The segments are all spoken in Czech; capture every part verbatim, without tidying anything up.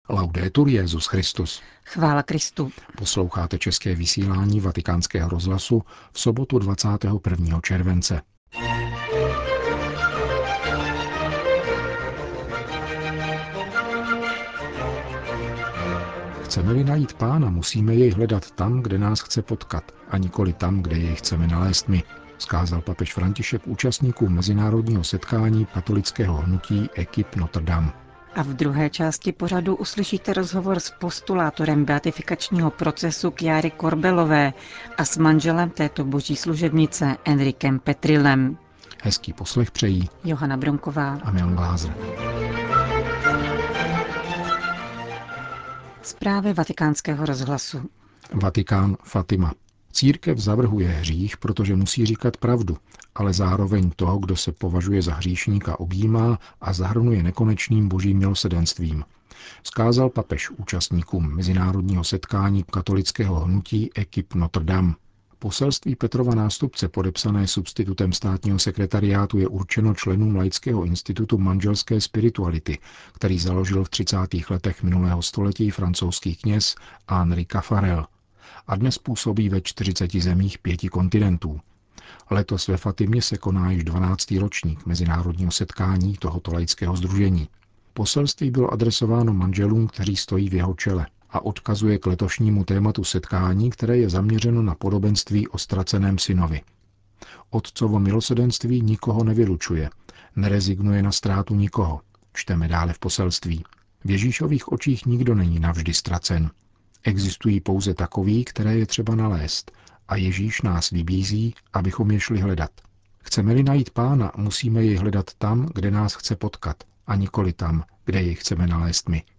Laudetur Jesus Christus. Chvála Kristu. Posloucháte české vysílání Vatikánského rozhlasu v sobotu dvacátého prvního července. Chceme-li najít Pána, musíme jej hledat tam, kde nás chce potkat, a nikoli tam, kde jej chceme nalézt my, vzkázal papež František účastníkům mezinárodního setkání katolického hnutí Equipe Notre Dame. A v druhé části pořadu uslyšíte rozhovor s postulátorem beatifikačního procesu Chiary Corbellové a s manželem této boží služebnice Enrikem Petrilem. Hezký poslech přejí Johana Bronková a Milan Glázer. Zprávy Vatikánského rozhlasu. Vatikán, Fatima. Církev zavrhuje hřích, protože musí říkat pravdu, ale zároveň toho, kdo se považuje za hříšníka, objímá a zahrnuje nekonečným božím milosrdenstvím, vzkázal papež účastníkům mezinárodního setkání katolického hnutí Equipe Notre Dame. Poselství Petrova nástupce, podepsané substitutem státního sekretariátu, je určeno členům laického institutu manželské spirituality, který založil v třicátých letech minulého století francouzský kněz Henri Caffarel a dnes působí ve čtyřiceti zemích pěti kontinentů. Letos ve Fatimě se koná již dvanáctý ročník mezinárodního setkání tohoto laického sdružení. Poselství bylo adresováno manželům, kteří stojí v jeho čele, a odkazuje k letošnímu tématu setkání, které je zaměřeno na podobenství o ztraceném synovi. Otcovo milosrdenství nikoho nevylučuje, nerezignuje na ztrátu nikoho, čteme dále v poselství. V Ježíšových očích nikdo není navždy ztracen. Existují pouze takoví, které je třeba nalézt, a Ježíš nás vybízí, abychom je šli hledat. Chceme-li najít Pána, musíme jej hledat tam, kde nás chce potkat, a nikoli tam, kde jej chceme nalézt my.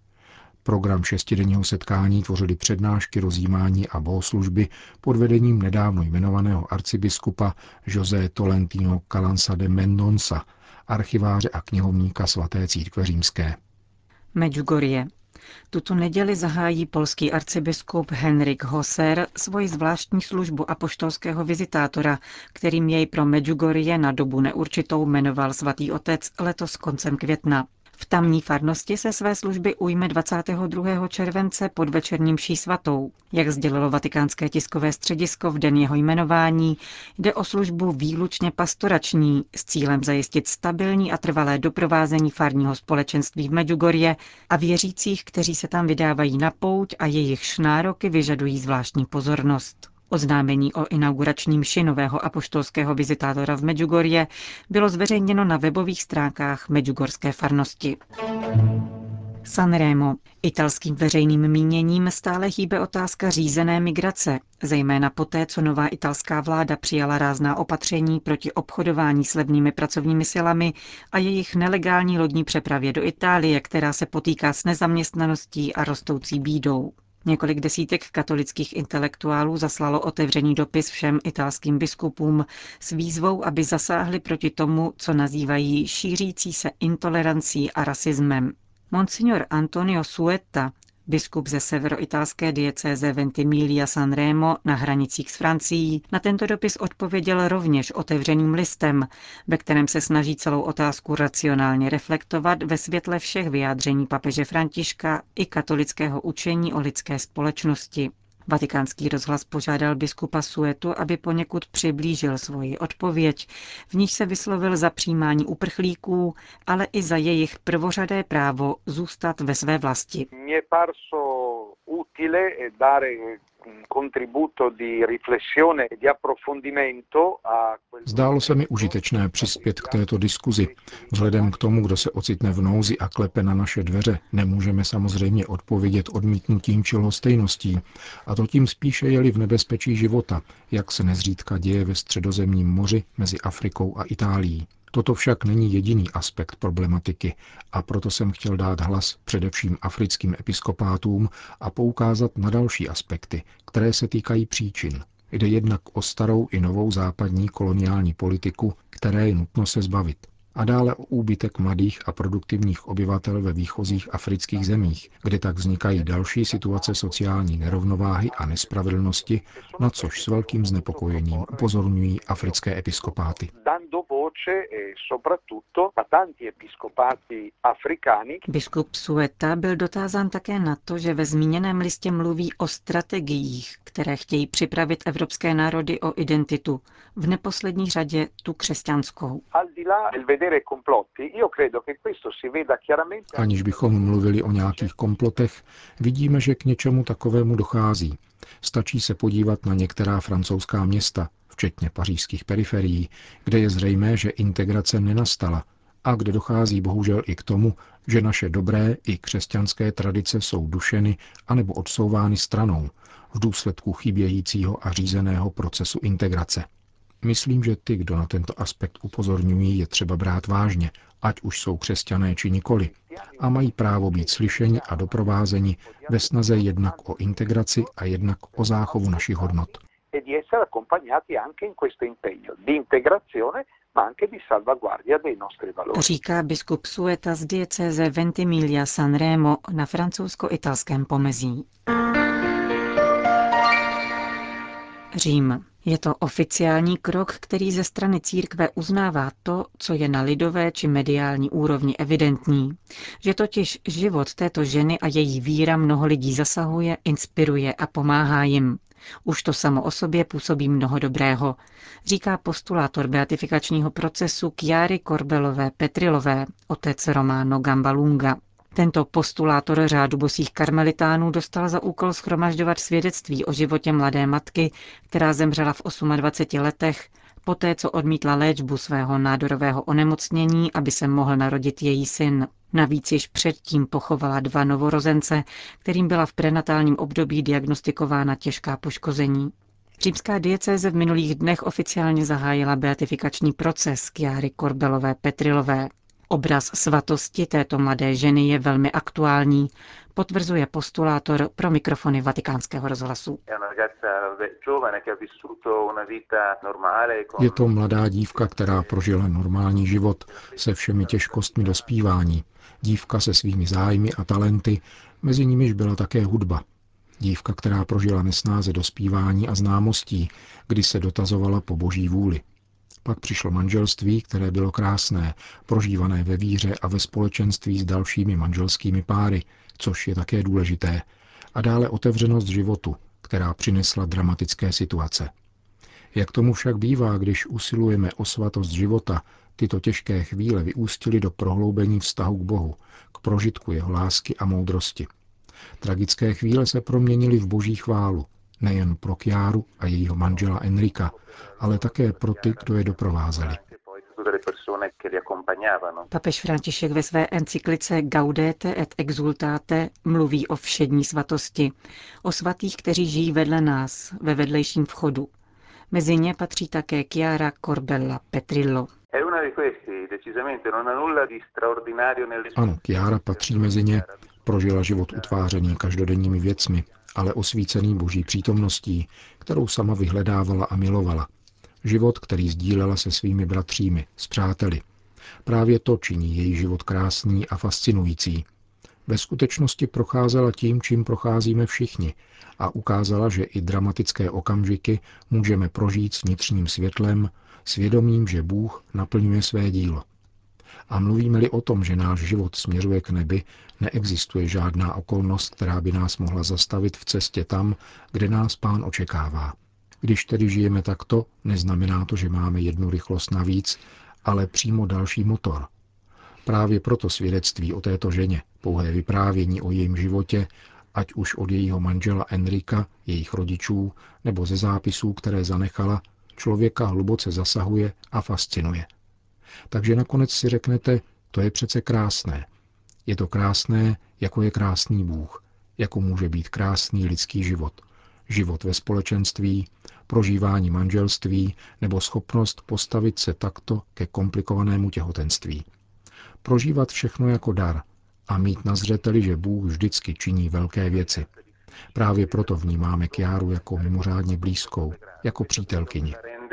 Program šestidenního setkání tvořily přednášky, rozjímání a bohoslužby pod vedením nedávno jmenovaného arcibiskupa José Tolentino Calanza de Mendonça, archiváře a knihovníka svaté církve římské. Medjugorje. Tuto neděli zahájí polský arcibiskup Henrik Hosser svoji zvláštní službu apoštolského vizitátora, kterým jej pro Medjugorje na dobu neurčitou jmenoval svatý otec letos koncem května. V tamní farnosti se své služby ujme dvacátého druhého července pod večerní mší svatou. Jak sdělilo vatikánské tiskové středisko v den jeho jmenování, jde o službu výlučně pastorační s cílem zajistit stabilní a trvalé doprovázení farního společenství v Medjugorje a věřících, kteří se tam vydávají na pouť a jejichž nároky vyžadují zvláštní pozornost. Oznámení o inaugurační mši nového apoštolského vizitátora v Medjugorje bylo zveřejněno na webových stránkách medjugorské farnosti. Sanremo. Italským veřejným míněním stále hýbe otázka řízené migrace, zejména poté, co nová italská vláda přijala rázná opatření proti obchodování s levnými pracovními silami a jejich nelegální lodní přepravě do Itálie, která se potýká s nezaměstnaností a rostoucí bídou. Několik desítek katolických intelektuálů zaslalo otevřený dopis všem italským biskupům s výzvou, aby zasáhli proti tomu, co nazývají šířící se intolerancí a rasismem. Monsignor Antonio Suetta, biskup ze severoitalské diecéze Ventimiglia Sanremo na hranicích s Francií, na tento dopis odpověděl rovněž otevřeným listem, ve kterém se snaží celou otázku racionálně reflektovat ve světle všech vyjádření papeže Františka i katolického učení o lidské společnosti. Vatikánský rozhlas požádal biskupa Suetu, aby poněkud přiblížil svoji odpověď, v níž se vyslovil za přijímání uprchlíků, ale i za jejich prvořadé právo zůstat ve své vlasti. Zdálo se mi užitečné přispět k této diskuzi. Vzhledem k tomu, kdo se ocitne v nouzi a klepe na naše dveře, nemůžeme samozřejmě odpovědět odmítnutím či lhostejností, a to tím spíše jeli v nebezpečí života, jak se nezřídka děje ve Středozemním moři mezi Afrikou a Itálií. Toto však není jediný aspekt problematiky a proto jsem chtěl dát hlas především africkým episkopátům a poukázat na další aspekty, které se týkají příčin. Jde jednak o starou i novou západní koloniální politiku, které je nutno se zbavit. A dále o úbytek mladých a produktivních obyvatel ve výchozích afrických zemích, kde tak vznikají další situace sociální nerovnováhy a nespravedlnosti, na což s velkým znepokojením upozorňují africké episkopáty. Biskup Sueta byl dotázán také na to, že ve zmíněném listě mluví o strategiích, které chtějí připravit evropské národy o identitu, v neposlední řadě tu křesťanskou. Aniž bychom mluvili o nějakých komplotech, vidíme, že k něčemu takovému dochází. Stačí se podívat na některá francouzská města, včetně pařížských periferií, kde je zřejmé, že integrace nenastala a kde dochází bohužel i k tomu, že naše dobré i křesťanské tradice jsou dušeny anebo odsouvány stranou v důsledku chybějícího a řízeného procesu integrace. Myslím, že ty, kdo na tento aspekt upozorňují, je třeba brát vážně, ať už jsou křesťané či nikoli, a mají právo být slyšeni a doprovázeni ve snaze jednak o integraci a jednak o záchovu našich hodnot. Říká biskup Sueta z diecéze Ventimiglia-Sanremo na francouzsko-italském pomezí. Řím. Je to oficiální krok, který ze strany církve uznává to, co je na lidové či mediální úrovni evidentní, že totiž život této ženy a její víra mnoho lidí zasahuje, inspiruje a pomáhá jim. Už to samo o sobě působí mnoho dobrého, říká postulátor beatifikačního procesu Chiary Corbellové Petrilové, otec Romano Gambalunga. Tento postulátor řádu bosých karmelitánů dostal za úkol shromažďovat svědectví o životě mladé matky, která zemřela v dvaceti osmi letech, poté co odmítla léčbu svého nádorového onemocnění, aby se mohl narodit její syn. Navíc již předtím pochovala dva novorozence, kterým byla v prenatálním období diagnostikována těžká poškození. Římská diecéze v minulých dnech oficiálně zahájila beatifikační proces Chiary Corbellové Petrilové. Obraz svatosti této mladé ženy je velmi aktuální, potvrzuje postulátor pro mikrofony Vatikánského rozhlasu. Je to mladá dívka, která prožila normální život se všemi těžkostmi dospívání. Dívka se svými zájmy a talenty, mezi nimiž byla také hudba. Dívka, která prožila nesnáze dospívání a známostí, kdy se dotazovala po boží vůli. Pak přišlo manželství, které bylo krásné, prožívané ve víře a ve společenství s dalšími manželskými páry, což je také důležité, a dále otevřenost životu, která přinesla dramatické situace. Jak tomu však bývá, když usilujeme o svatost života, tyto těžké chvíle vyústily do prohloubení vztahu k Bohu, k prožitku jeho lásky a moudrosti. Tragické chvíle se proměnily v boží chválu, nejen pro Chiaru a jejího manžela Enrika, ale také pro ty, kdo je doprovázeli. Papež František ve své encyklice Gaudete et Exultate mluví o všední svatosti, o svatých, kteří žijí vedle nás, ve vedlejším vchodu. Mezi ně patří také Chiara Corbella Petrillo. Ano, Chiara patří mezi ně, prožila život utvářený každodenními věcmi, ale osvícený boží přítomností, kterou sama vyhledávala a milovala. Život, který sdílela se svými bratřími, s přáteli. Právě to činí její život krásný a fascinující. Ve skutečnosti procházela tím, čím procházíme všichni, a ukázala, že i dramatické okamžiky můžeme prožít s vnitřním světlem, svědomím, že Bůh naplňuje své dílo. A mluvíme-li o tom, že náš život směřuje k nebi, neexistuje žádná okolnost, která by nás mohla zastavit v cestě tam, kde nás Pán očekává. Když tedy žijeme takto, neznamená to, že máme jednu rychlost navíc, ale přímo další motor. Právě proto svědectví o této ženě, pouhé vyprávění o jejím životě, ať už od jejího manžela Enrika, jejich rodičů, nebo ze zápisů, které zanechala, člověka hluboce zasahuje a fascinuje. Takže nakonec si řeknete, to je přece krásné. Je to krásné, jako je krásný Bůh, jako může být krásný lidský život. Život ve společenství, prožívání manželství nebo schopnost postavit se takto ke komplikovanému těhotenství. Prožívat všechno jako dar a mít na zřeteli, že Bůh vždycky činí velké věci. Právě proto vnímáme Chiaru jako mimořádně blízkou, jako přítelkyni.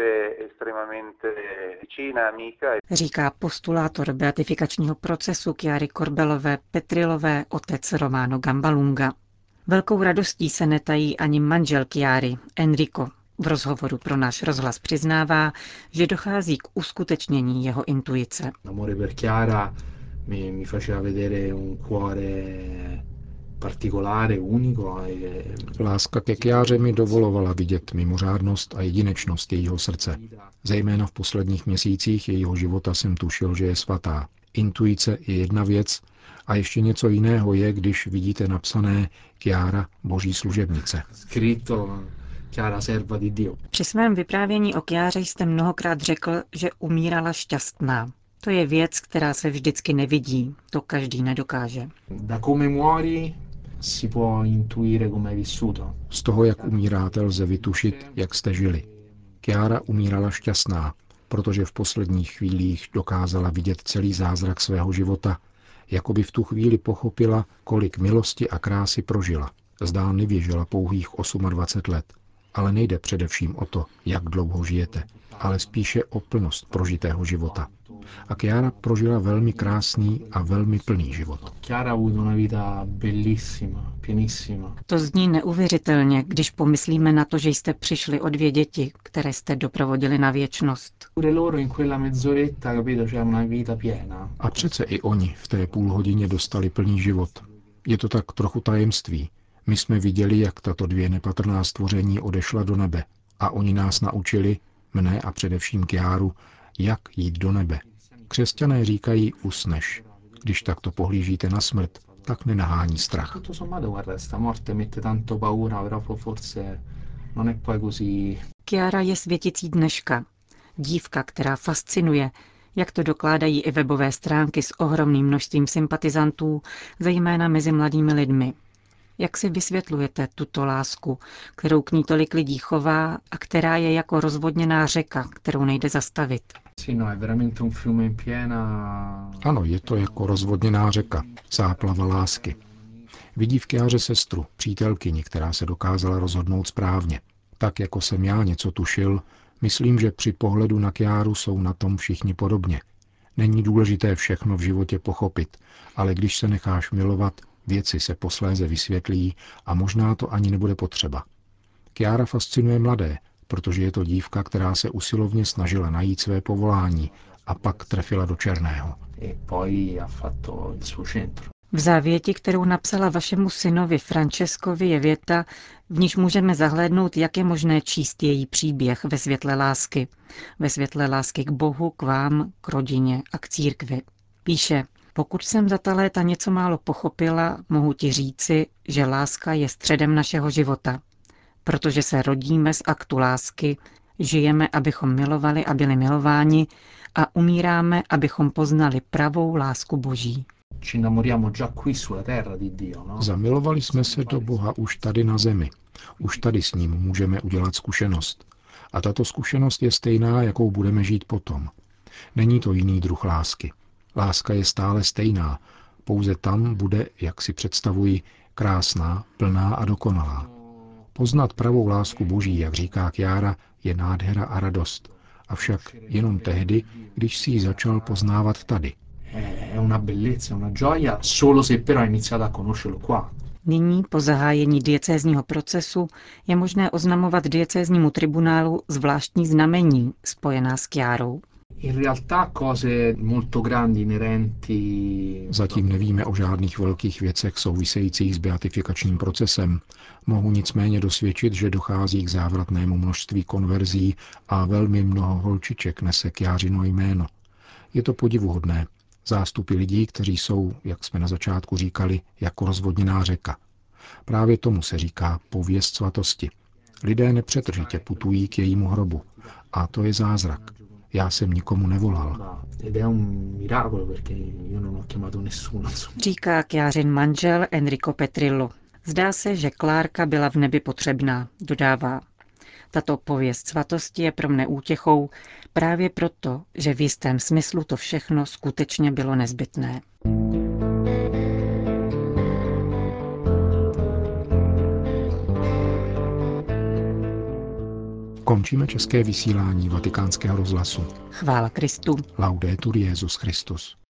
Říká postulátor beatifikačního procesu Chiary Corbellové Petrilové otec Romano Gambalunga. Velkou radostí se netají ani manžel Chiary, Enrico. V rozhovoru pro náš rozhlas přiznává, že dochází k uskutečnění jeho intuice. Mi, mi faceva vedere un cuore particolare, unico. E... Láska ke Kjáře mi dovolovala vidět mimořádnost a jedinečnost jejího srdce. Zejména v posledních měsících jejího života jsem tušil, že je svatá. Intuice je jedna věc a ještě něco jiného je, když vidíte napsané Kjára, boží služebnice. Scritto Chiara, serva di Dio. Při svém vyprávění o Kjáře jste mnohokrát řekl, že umírala šťastná. To je věc, která se vždycky nevidí, to každý nedokáže. Da come muori si può intuire come hai vissuto. Z toho, jak umíráte, lze vytušit, jak jste žili. Kjára umírala šťastná, protože v posledních chvílích dokázala vidět celý zázrak svého života, jako by v tu chvíli pochopila, kolik milosti a krásy prožila. Zdánlivě žila pouhých dvacet osm let. Ale nejde především o to, jak dlouho žijete, ale spíše o plnost prožitého života. A Chiara prožila velmi krásný a velmi plný život. To zní neuvěřitelně, když pomyslíme na to, že jste přišli o dvě děti, které jste doprovodili na věčnost. A přece i oni v té půlhodině dostali plný život. Je to tak trochu tajemství. My jsme viděli, jak tato dvě nepatrná stvoření odešla do nebe. A oni nás naučili, mne a především Chiaru, jak jít do nebe. Křesťané říkají usneš. Když takto pohlížíte na smrt, tak nenahání strach. Chiara je světící dneška. Dívka, která fascinuje, jak to dokládají i webové stránky s ohromným množstvím sympatizantů, zejména mezi mladými lidmi. Jak si vysvětlujete tuto lásku, kterou k ní tolik lidí chová a která je jako rozvodněná řeka, kterou nejde zastavit? Ano, je to jako rozvodněná řeka, záplava lásky. Vidí v Kjáře sestru, přítelkyni, která se dokázala rozhodnout správně. Tak jako jsem já něco tušil, myslím, že při pohledu na Kjáru jsou na tom všichni podobně. Není důležité všechno v životě pochopit, ale když se necháš milovat, věci se posléze vysvětlí a možná to ani nebude potřeba. Chiara fascinuje mladé, protože je to dívka, která se usilovně snažila najít své povolání a pak trefila do černého. V závěti, kterou napsala vašemu synovi Francescovi, je věta, v níž můžeme zahlédnout, jak je možné číst její příběh ve světle lásky. Ve světle lásky k Bohu, k vám, k rodině a k církvi. Píše, pokud jsem za ta léta něco málo pochopila, mohu ti říci, že láska je středem našeho života. Protože se rodíme z aktu lásky, žijeme, abychom milovali a byli milováni a umíráme, abychom poznali pravou lásku Boží. Zamilovali jsme se do Boha už tady na zemi. Už tady s ním můžeme udělat zkušenost. A tato zkušenost je stejná, jakou budeme žít potom. Není to jiný druh lásky. Láska je stále stejná, pouze tam bude, jak si představuji, krásná, plná a dokonalá. Poznat pravou lásku Boží, jak říká Chiara, je nádhera a radost. Avšak jenom tehdy, když si ji začal poznávat tady. Nyní, po zahájení diecézního procesu, je možné oznamovat diecéznímu tribunálu zvláštní znamení spojená s Chiarou. Zatím nevíme o žádných velkých věcech souvisejících s beatifikačním procesem. Mohu nicméně dosvědčit, že dochází k závratnému množství konverzí a velmi mnoho holčiček nese Chiarino jméno. Je to podivuhodné. Zástupy lidí, kteří jsou, jak jsme na začátku říkali, jako rozvodněná řeka. Právě tomu se říká pověst svatosti. Lidé nepřetržitě putují k jejímu hrobu. A to je zázrak. Já jsem nikomu nevolal. Říká Chiarin manžel Enrico Petrillo. Zdá se, že Klárka byla v nebi potřebná, dodává. Tato pověst svatosti je pro mne útěchou právě proto, že v jistém smyslu to všechno skutečně bylo nezbytné. Končíme české vysílání Vatikánského rozhlasu. Chvála Kristu. Laudetur Jesus Christus.